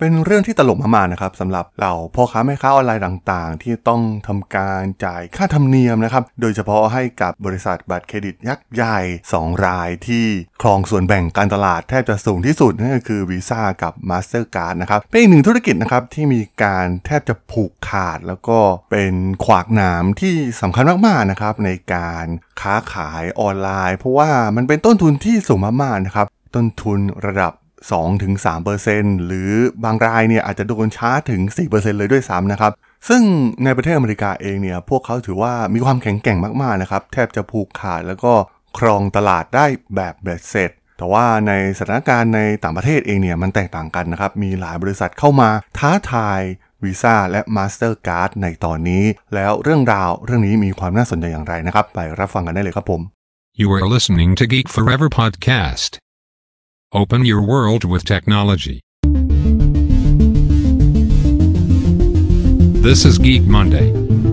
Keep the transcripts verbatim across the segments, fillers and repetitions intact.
เป็นเรื่องที่ตลกมากๆนะครับสำหรับเหล่าพ่อค้าแม่ค้าออนไลน์ต่างๆที่ต้องทำการจ่ายค่าธรรมเนียมนะครับโดยเฉพาะให้กับบริษัทบัตรเครดิตยักษ์ใหญ่สองรายที่ครองส่วนแบ่งการตลาดแทบจะสูงที่สุดนั่นก็คือ Visa กับ Mastercard นะครับเป็นอีกหนึ่งธุรกิจนะครับที่มีการแทบจะผูกขาดแล้วก็เป็นขวากหนามที่สำคัญมากๆนะครับในการค้าขายออนไลน์เพราะว่ามันเป็นต้นทุนที่สูงมากๆนะครับต้นทุนระดับสองถึงสามเปอร์เซ็นต์ หรือบางรายเนี่ยอาจจะโดนชาร์จถึง สี่เปอร์เซ็นต์ เลยด้วยซ้ำนะครับซึ่งในประเทศอเมริกาเองเนี่ยพวกเขาถือว่ามีความแข็งแกร่งมากๆนะครับแทบจะผูกขาดแล้วก็ครองตลาดได้แบบเบ็ดเสร็จแต่ว่าในสถานการณ์ในต่างประเทศเองเนี่ยมันแตกต่างกันนะครับมีหลายบริษัทเข้ามาท้าทาย Visa และ Mastercard ในตอนนี้แล้วเรื่องราวเรื่องนี้มีความน่าสนใจอย่างไรนะครับไปรับฟังกันได้เลยครับผม You are listening to Geek Forever podcast. Open your world with technology. This is Geek Monday.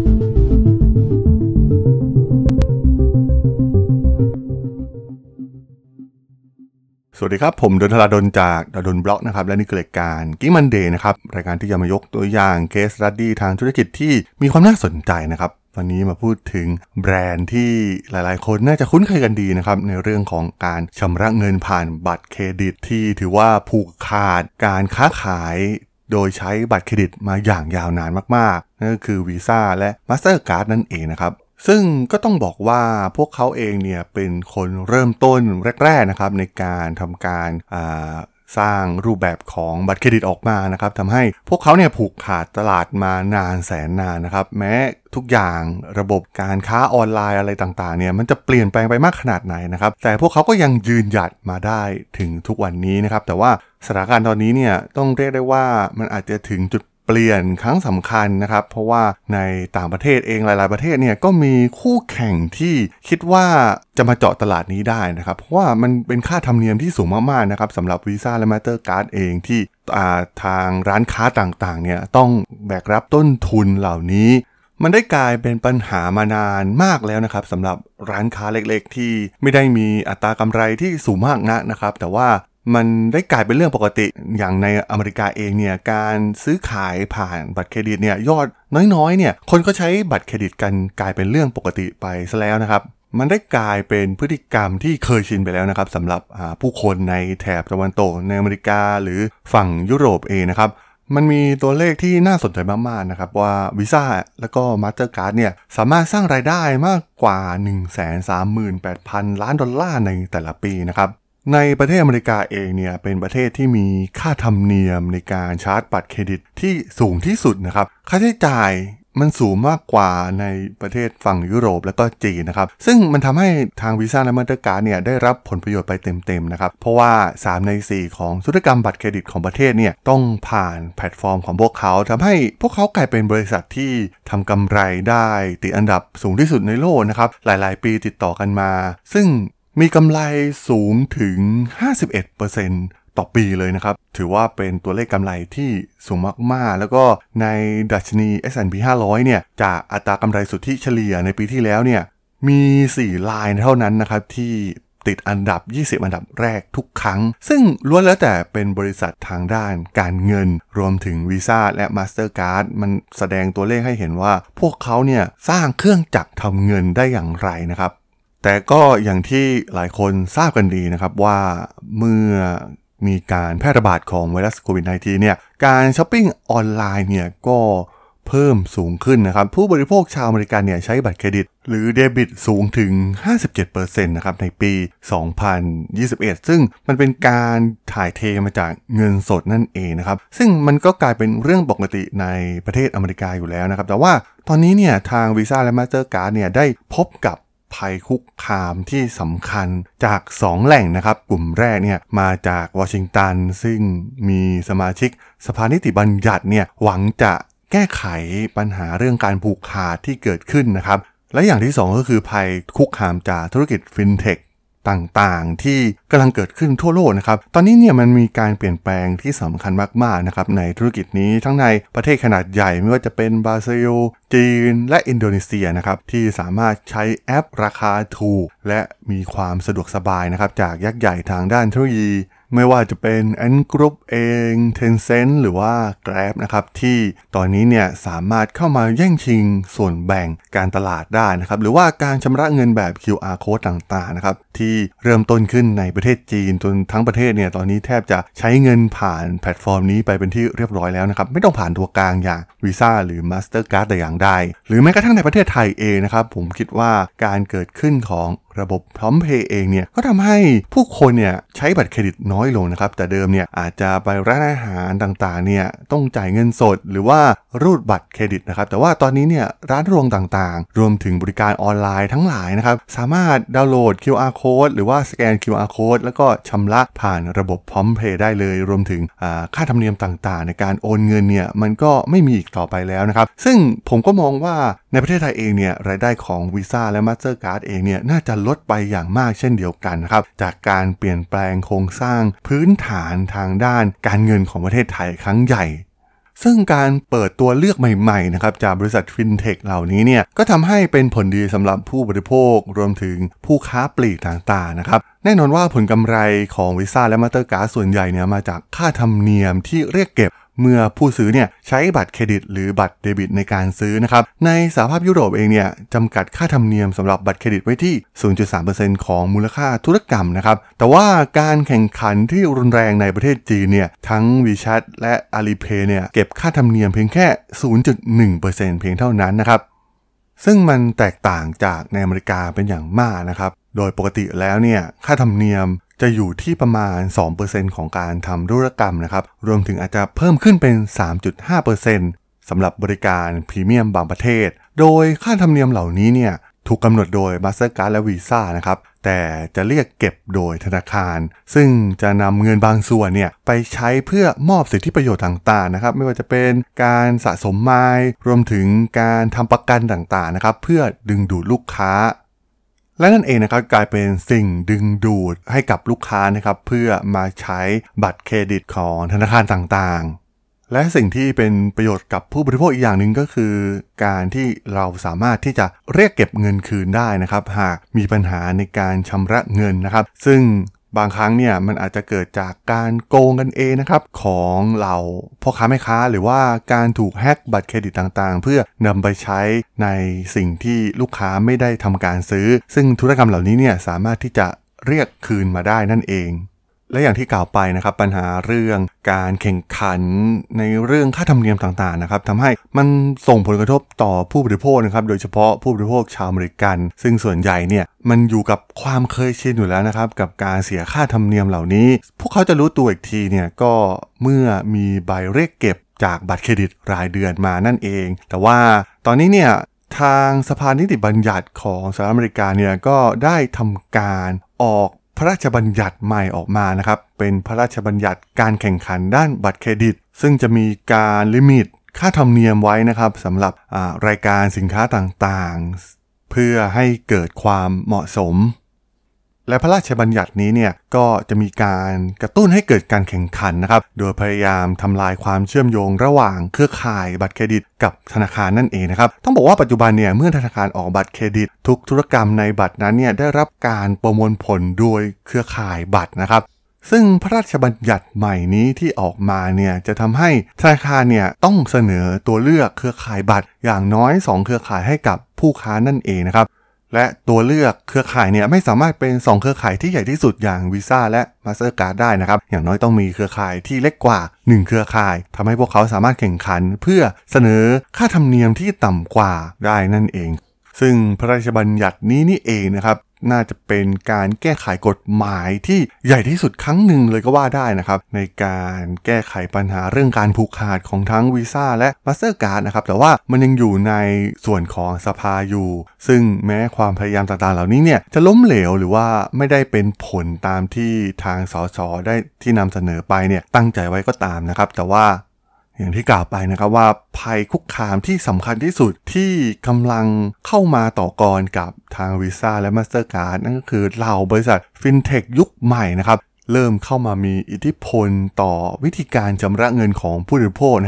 สวัสดีครับผมดลธราดลจากดลบล็อกนะครับและนี่คือรายการ Geek Monday นะครับรายการที่จะมายกตัวอย่าง Case Study ทางธุรกิจที่มีความน่าสนใจนะครับวันนี้มาพูดถึงแบรนด์ที่หลายๆคนน่าจะคุ้นเคยกันดีนะครับในเรื่องของการชำระเงินผ่านบัตรเครดิตที่ถือว่าผูกขาดการค้าขายโดยใช้บัตรเครดิตมาอย่างยาวนานมากๆนั่นก็คือ Visa และ Mastercard นั่นเองนะครับซึ่งก็ต้องบอกว่าพวกเขาเองเนี่ยเป็นคนเริ่มต้นแรกๆนะครับในการทำการอ่าสร้างรูปแบบของบัตรเครดิตออกมานะครับทำให้พวกเขาเนี่ยผูกขาดตลาดมานานแสนนานนะครับแม้ทุกอย่างระบบการค้าออนไลน์อะไรต่างๆเนี่ยมันจะเปลี่ยนแปลงไปมากขนาดไหนนะครับแต่พวกเขาก็ยังยืนหยัดมาได้ถึงทุกวันนี้นะครับแต่ว่าสถานการณ์ตอนนี้เนี่ยต้องเรียกได้ว่ามันอาจจะถึงจุดเปลี่ยนครั้งสำคัญนะครับเพราะว่าในต่างประเทศเองหลายๆประเทศเนี่ยก็มีคู่แข่งที่คิดว่าจะมาเจาะตลาดนี้ได้นะครับเพราะว่ามันเป็นค่าธรรมเนียมที่สูงมากๆนะครับสำหรับ Visa และ Mastercard เองที่ทางร้านค้าต่างๆเนี่ยต้องแบกรับต้นทุนเหล่านี้มันได้กลายเป็นปัญหามานานมากแล้วนะครับสำหรับร้านค้าเล็กๆที่ไม่ได้มีอัตรากำไรที่สูงมากนักนะครับแต่ว่ามันได้กลายเป็นเรื่องปกติอย่างในอเมริกาเองเนี่ยการซื้อขายผ่านบัตรเครดิตเนี่ยยอดน้อยๆเนี่ยคนก็ใช้บัตรเครดิตกันกลายเป็นเรื่องปกติไปซะแล้วนะครับมันได้กลายเป็นพฤติกรรมที่เคยชินไปแล้วนะครับสำหรับผู้คนในแถบตะวันตกในอเมริกาหรือฝั่งยุโรปเองนะครับมันมีตัวเลขที่น่าสนใจมากๆนะครับว่า Visa แล้วก็ Mastercard เนี่ยสามารถสร้างรายได้มากกว่า หนึ่งแสนสามหมื่นแปดพัน ล้านดอลลาร์ในแต่ละปีนะครับในประเทศอเมริกาเองเนี่ยเป็นประเทศที่มีค่าธรรมเนียมในการชาร์จบัตรเครดิตที่สูงที่สุดนะครับค่าใช้จ่ายมันสูงมากกว่าในประเทศฝั่งยุโรปแล้วก็จีนนะครับซึ่งมันทำให้ทาง Visa และ Mastercard เนี่ยได้รับผลประโยชน์ไปเต็มๆนะครับเพราะว่าสามในสี่ของธุรกรรมบัตรเครดิตของประเทศเนี่ยต้องผ่านแพลตฟอร์มของพวกเขาทำให้พวกเขากลายเป็นบริษัทที่ทำกำไรได้ติดอันดับสูงที่สุดในโลกนะครับหลายๆปีติดต่อกันมาซึ่งมีกำไรสูงถึง ห้าสิบเอ็ดเปอร์เซ็นต์ ต่อปีเลยนะครับถือว่าเป็นตัวเลขกำไรที่สูงมากๆแล้วก็ในดัชนี เอส แอนด์ พี ห้าร้อยเนี่ยจากอัตรากำไรสุทธิเฉลี่ยในปีที่แล้วเนี่ยมีสี่รายเท่านั้นนะครับที่ติดอันดับยี่สิบอันดับแรกทุกครั้งซึ่งล้วนแล้วแต่เป็นบริษัททางด้านการเงินรวมถึง Visa และ Mastercard มันแสดงตัวเลขให้เห็นว่าพวกเขาเนี่ยสร้างเครื่องจักรทำเงินได้อย่างไรนะครับแต่ก็อย่างที่หลายคนทราบกันดีนะครับว่าเมื่อมีการแพร่ระบาดของไวรัสโควิด สิบเก้า เนี่ยการช้อปปิ้งออนไลน์เนี่ยก็เพิ่มสูงขึ้นนะครับผู้บริโภคชาวอเมริกันเนี่ยใช้บัตรเครดิตหรือเดบิตสูงถึง ห้าสิบเจ็ดเปอร์เซ็นต์ นะครับในปี สองพันยี่สิบเอ็ด ซึ่งมันเป็นการถ่ายเทมาจากเงินสดนั่นเองนะครับซึ่งมันก็กลายเป็นเรื่องปกติในประเทศอเมริกาอยู่แล้วนะครับแต่ว่าตอนนี้เนี่ยทาง Visa และ Mastercard เนี่ยได้พบกับภัยคุกคามที่สำคัญจากสองแหล่งนะครับกลุ่มแรกเนี่ยมาจากวอชิงตันซึ่งมีสมาชิกสภานิติบัญญัติเนี่ยหวังจะแก้ไขปัญหาเรื่องการผูกขาดที่เกิดขึ้นนะครับและอย่างที่สองก็คือภัยคุกคามจากธุรกิจฟินเทคต่างๆที่กำลังเกิดขึ้นทั่วโลกนะครับตอนนี้เนี่ยมันมีการเปลี่ยนแปลงที่สำคัญมากๆนะครับในธุรกิจนี้ทั้งในประเทศขนาดใหญ่ไม่ว่าจะเป็นบราซิลจีนและอินโดนีเซียนะครับที่สามารถใช้แอปราคาถูกและมีความสะดวกสบายนะครับจากยักษ์ใหญ่ทางด้านเทคโนโลยีไม่ว่าจะเป็น Ant Group เอง Tencent หรือว่า Grab นะครับที่ตอนนี้เนี่ยสามารถเข้ามาแย่งชิงส่วนแบ่งการตลาดได้นะครับหรือว่าการชำระเงินแบบ คิว อาร์ Code ต่างๆนะครับที่เริ่มต้นขึ้นในประเทศจีนจนทั้งประเทศเนี่ยตอนนี้แทบจะใช้เงินผ่านแพลตฟอร์มนี้ไปเป็นที่เรียบร้อยแล้วนะครับไม่ต้องผ่านตัวกลางอย่าง Visa หรือ Mastercard แต่อย่างใดหรือแม้กระทั่งในประเทศไทยเองนะครับผมคิดว่าการเกิดขึ้นของระบบพร้อมเพย์เองเนี่ยก็ทำให้ผู้คนเนี่ยใช้บัตรเครดิตน้อยลงนะครับแต่เดิมเนี่ยอาจจะไปร้านอาหารต่างๆเนี่ยต้องจ่ายเงินสดหรือว่ารูดบัตรเครดิตนะครับแต่ว่าตอนนี้เนี่ยร้านรวงต่างๆรวมถึงบริการออนไลน์ทั้งหลายนะครับสามารถดาวน์โหลด คิว อาร์ Code หรือว่าสแกน คิว อาร์ Code แล้วก็ชำระผ่านระบบพร้อมเพย์ได้เลยรวมถึงค่าธรรมเนียมต่างๆในการโอนเงินเนี่ยมันก็ไม่มีอีกต่อไปแล้วนะครับซึ่งผมก็มองว่าในประเทศไทยเองเนี่ยรายได้ของ Visa และ Mastercard เองเนี่ยน่าจะลดไปอย่างมากเช่นเดียวกันนะครับจากการเปลี่ยนแปลงโครงสร้างพื้นฐานทางด้านการเงินของประเทศไทยครั้งใหญ่ซึ่งการเปิดตัวเลือกใหม่ๆนะครับจากบริษัทฟินเทคเหล่านี้เนี่ยก็ทำให้เป็นผลดีสำหรับผู้บริโภครวมถึงผู้ค้าปลีกต่างๆนะครับแน่นอนว่าผลกำไรของ Visa และ Mastercard ส่วนใหญ่เนี่ยมาจากค่าธรรมเนียมที่เรียกเก็บเมื่อผู้ซื้อเนี่ยใช้บัตรเครดิตหรือบัตรเดบิตในการซื้อนะครับในสหภาพยุโรปเองเนี่ยจำกัดค่าธรรมเนียมสำหรับบัตรเครดิตไว้ที่ ศูนย์จุดสามเปอร์เซ็นต์ ของมูลค่าธุรกรรมนะครับแต่ว่าการแข่งขันที่รุนแรงในประเทศจีนเนี่ยทั้ง WeChat และ Alipay เนี่ยเก็บค่าธรรมเนียมเพียงแค่ ศูนย์จุดหนึ่งเปอร์เซ็นต์ เพียงเท่านั้นนะครับซึ่งมันแตกต่างจากในอเมริกาเป็นอย่างมากนะครับโดยปกติแล้วเนี่ยค่าธรรมเนียมจะอยู่ที่ประมาณ สองเปอร์เซ็นต์ ของการทำธุรกรรมนะครับรวมถึงอาจจะเพิ่มขึ้นเป็น สามจุดห้าเปอร์เซ็นต์ สำหรับบริการพรีเมียมบางประเทศโดยค่าธรรมเนียมเหล่านี้เนี่ยถูกกำหนดโดย Mastercard และ Visa นะครับแต่จะเรียกเก็บโดยธนาคารซึ่งจะนำเงินบางส่วนเนี่ยไปใช้เพื่อมอบสิทธิประโยชน์ต่างๆนะครับไม่ว่าจะเป็นการสะสมไมล์รวมถึงการทำประกันต่างๆนะครับเพื่อดึงดูดลูกค้าและนั่นเองนะครับกลายเป็นสิ่งดึงดูดให้กับลูกค้านะครับเพื่อมาใช้บัตรเครดิตของธนาคารต่างๆและสิ่งที่เป็นประโยชน์กับผู้บริโภคอีกอย่างหนึ่งก็คือการที่เราสามารถที่จะเรียกเก็บเงินคืนได้นะครับหากมีปัญหาในการชำระเงินนะครับซึ่งบางครั้งเนี่ยมันอาจจะเกิดจากการโกงกันเองนะครับของเราพ่อค้าแม่ค้าหรือว่าการถูกแฮ็กบัตรเครดิตต่างๆเพื่อนำไปใช้ในสิ่งที่ลูกค้าไม่ได้ทำการซื้อซึ่งธุรกรรมเหล่านี้เนี่ยสามารถที่จะเรียกคืนมาได้นั่นเองและอย่างที่กล่าวไปนะครับปัญหาเรื่องการแข่งขันในเรื่องค่าธรรมเนียมต่างๆนะครับทำให้มันส่งผลกระทบต่อผู้บริโภคนะครับโดยเฉพาะผู้บริโภคชาวอเมริกันซึ่งส่วนใหญ่เนี่ยมันอยู่กับความเคยชินอยู่แล้วนะครับกับการเสียค่าธรรมเนียมเหล่านี้พวกเขาจะรู้ตัวอีกทีเนี่ยก็เมื่อมีใบเรียกเก็บจากบัตรเครดิตรายเดือนมานั่นเองแต่ว่าตอนนี้เนี่ยทางสภานิติบัญญัติของสหรัฐอเมริกาเนี่ยก็ได้ทำการออกพระราชบัญญัติใหม่ออกมานะครับเป็นพระราชบัญญัติการแข่งขันด้านบัตรเครดิตซึ่งจะมีการลิมิตค่าธรรมเนียมไว้นะครับสำหรับรายการสินค้าต่างๆเพื่อให้เกิดความเหมาะสมและพระราชบัญญัตินี้เนี่ยก็จะมีการกระตุ้นให้เกิดการแข่งขันนะครับโดยพยายามทำลายความเชื่อมโยงระหว่างเครือข่ายบัตรเครดิตกับธนาคารนั่นเองนะครับต้องบอกว่าปัจจุบันเนี่ยเมื่อธนาคารออกบัตรเครดิตทุกธุรกรรมในบัตรนั้นเนี่ยได้รับการประมวลผลโดยเครือข่ายบัตรนะครับซึ่งพระราชบัญญัติใหม่นี้ที่ออกมาเนี่ยจะทำให้ธนาคารเนี่ยต้องเสนอตัวเลือกเครือข่ายบัตรอย่างน้อยสองเครือข่ายให้กับผู้ค้านั่นเองนะครับและตัวเลือกเครือข่ายเนี่ยไม่สามารถเป็นสองเครือข่ายที่ใหญ่ที่สุดอย่าง Visa และ Mastercard ได้นะครับอย่างน้อยต้องมีเครือข่ายที่เล็กกว่าหนึ่งเครือข่ายทำให้พวกเขาสามารถแข่งขันเพื่อเสนอค่าธรรมเนียมที่ต่ำกว่าได้นั่นเองซึ่งพระราชบัญญัตินี้นี่เองนะครับน่าจะเป็นการแก้ไขกฎหมายที่ใหญ่ที่สุดครั้งหนึ่งเลยก็ว่าได้นะครับในการแก้ไขปัญหาเรื่องการผูกขาดของทั้ง Visa และ Mastercard นะครับแต่ว่ามันยังอยู่ในส่วนของสภาอยู่ซึ่งแม้ความพยายามต่างๆเหล่านี้เนี่ยจะล้มเหลวหรือว่าไม่ได้เป็นผลตามที่ทางสสได้ที่นำเสนอไปเนี่ยตั้งใจไว้ก็ตามนะครับแต่ว่าอย่างที่กล่าวไปนะครับว่าภัยคุกคามที่สำคัญที่สุดที่กำลังเข้ามาต่อกรกับทาง Visa และ Mastercard นั่นก็คือเหล่าบริษัทฟินเทคยุคใหม่นะครับเริ่มเข้ามามีอิทธิพลต่อวิธีการชำระเงินของผู้บริโภคนะครับ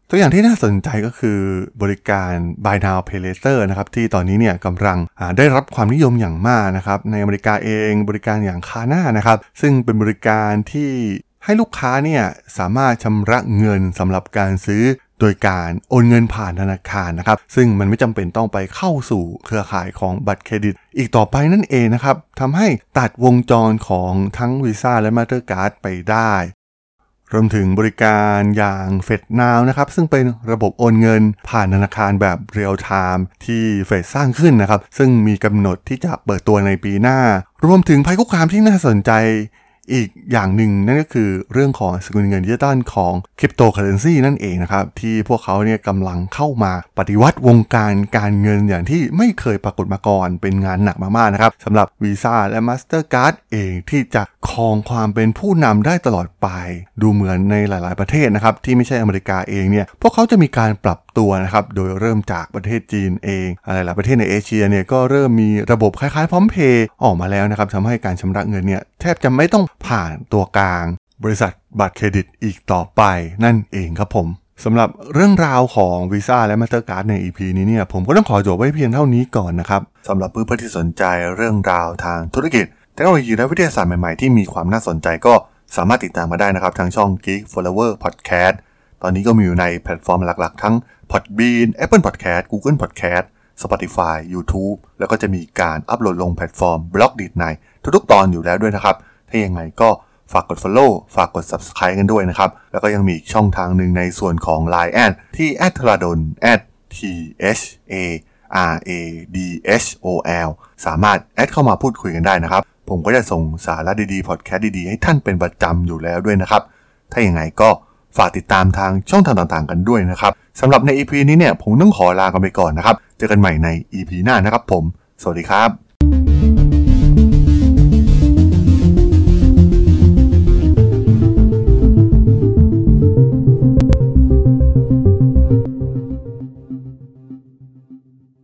ตัวอย่างที่น่าสนใจก็คือบริการ Buy Now Pay Later นะครับที่ตอนนี้เนี่ยกำลังได้รับความนิยมอย่างมากนะครับในอเมริกาเองบริการอย่างคาน่านะครับซึ่งเป็นบริการที่ให้ลูกค้าเนี่ยสามารถชำระเงินสำหรับการซื้อโดยการโอนเงินผ่านธนาคารนะครับซึ่งมันไม่จำเป็นต้องไปเข้าสู่เครือข่ายของบัตรเครดิตอีกต่อไปนั่นเองนะครับทำให้ตัดวงจรของทั้ง Visa และ Mastercard ไปได้รวมถึงบริการอย่าง Fed Now นะครับซึ่งเป็นระบบโอนเงินผ่านธนาคารแบบ Real Time ที่ Fed สร้างขึ้นนะครับซึ่งมีกำหนดที่จะเปิดตัวในปีหน้ารวมถึงภัยคุกคามที่น่าสนใจอีกอย่างหนึ่งนั่นก็คือเรื่องของสกุลเงินดิจิตอลของคริปโตเคอเรนซีนั่นเองนะครับที่พวกเขาเนี่ยกำลังเข้ามาปฏิวัติวงการการเงินอย่างที่ไม่เคยปรากฏมาก่อนเป็นงานหนักมากๆนะครับสำหรับ Visa และ Mastercard เองที่จะครองความเป็นผู้นำได้ตลอดไปดูเหมือนในหลายๆประเทศนะครับที่ไม่ใช่อเมริกาเองเนี่ยพวกเขาจะมีการปรับตัวนะครับโดยเริ่มจากประเทศจีนเองอะไรหลายประเทศในเอเชียเนี่ยก็เริ่มมีระบบคล้ายๆพร้อมเพย์ออกมาแล้วนะครับทำให้การชำระเงินเนี่ยแทบจะไม่ต้องผ่านตัวกลางบริษัทบัตรเครดิตอีกต่อไปนั่นเองครับผมสำหรับเรื่องราวของ Visa และ Mastercard ใน อี พี นี้เนี่ยผมก็ต้องขอจบไว้เพียงเท่านี้ก่อนนะครับสำหรับเพื่อนๆที่สนใจเรื่องราวทางธุรกิจเทคโนโลยีและวิทยาศาสตร์ใหม่ๆที่มีความน่าสนใจก็สามารถติดตามมาได้นะครับทางช่อง Geek Flower Podcast ตอนนี้ก็มีอยู่ในแพลตฟอร์มหลักๆทั้ง Podbean Apple Podcast Google Podcast Spotify YouTube แล้วก็จะมีการอัปโหลดลงแพลตฟอร์ม Blogdit ในทุกๆตอนอยู่แล้วด้วยนะครับถ้ายังไงก็ฝากกด follow ฝากกด subscribe กันด้วยนะครับแล้วก็ยังมีอีกช่องทางหนึ่งในส่วนของ ไลน์ แอด ที่ แอท ธราดล แอท ที เอช เอ อาร์ เอ ดี เอช โอ แอล สามารถแอดเข้ามาพูดคุยกันได้นะครับผมก็จะส่งสาระดีๆพอดแคสต์ดีๆให้ท่านเป็นประจำอยู่แล้วด้วยนะครับถ้าอย่างไรก็ฝากติดตามทางช่องทางต่างๆกันด้วยนะครับสำหรับใน อี พี นี้เนี่ยผมต้องขอลากันไปก่อนนะครับเจอกันใหม่ใน อี พี หน้านะครับผมสวัสดีครับ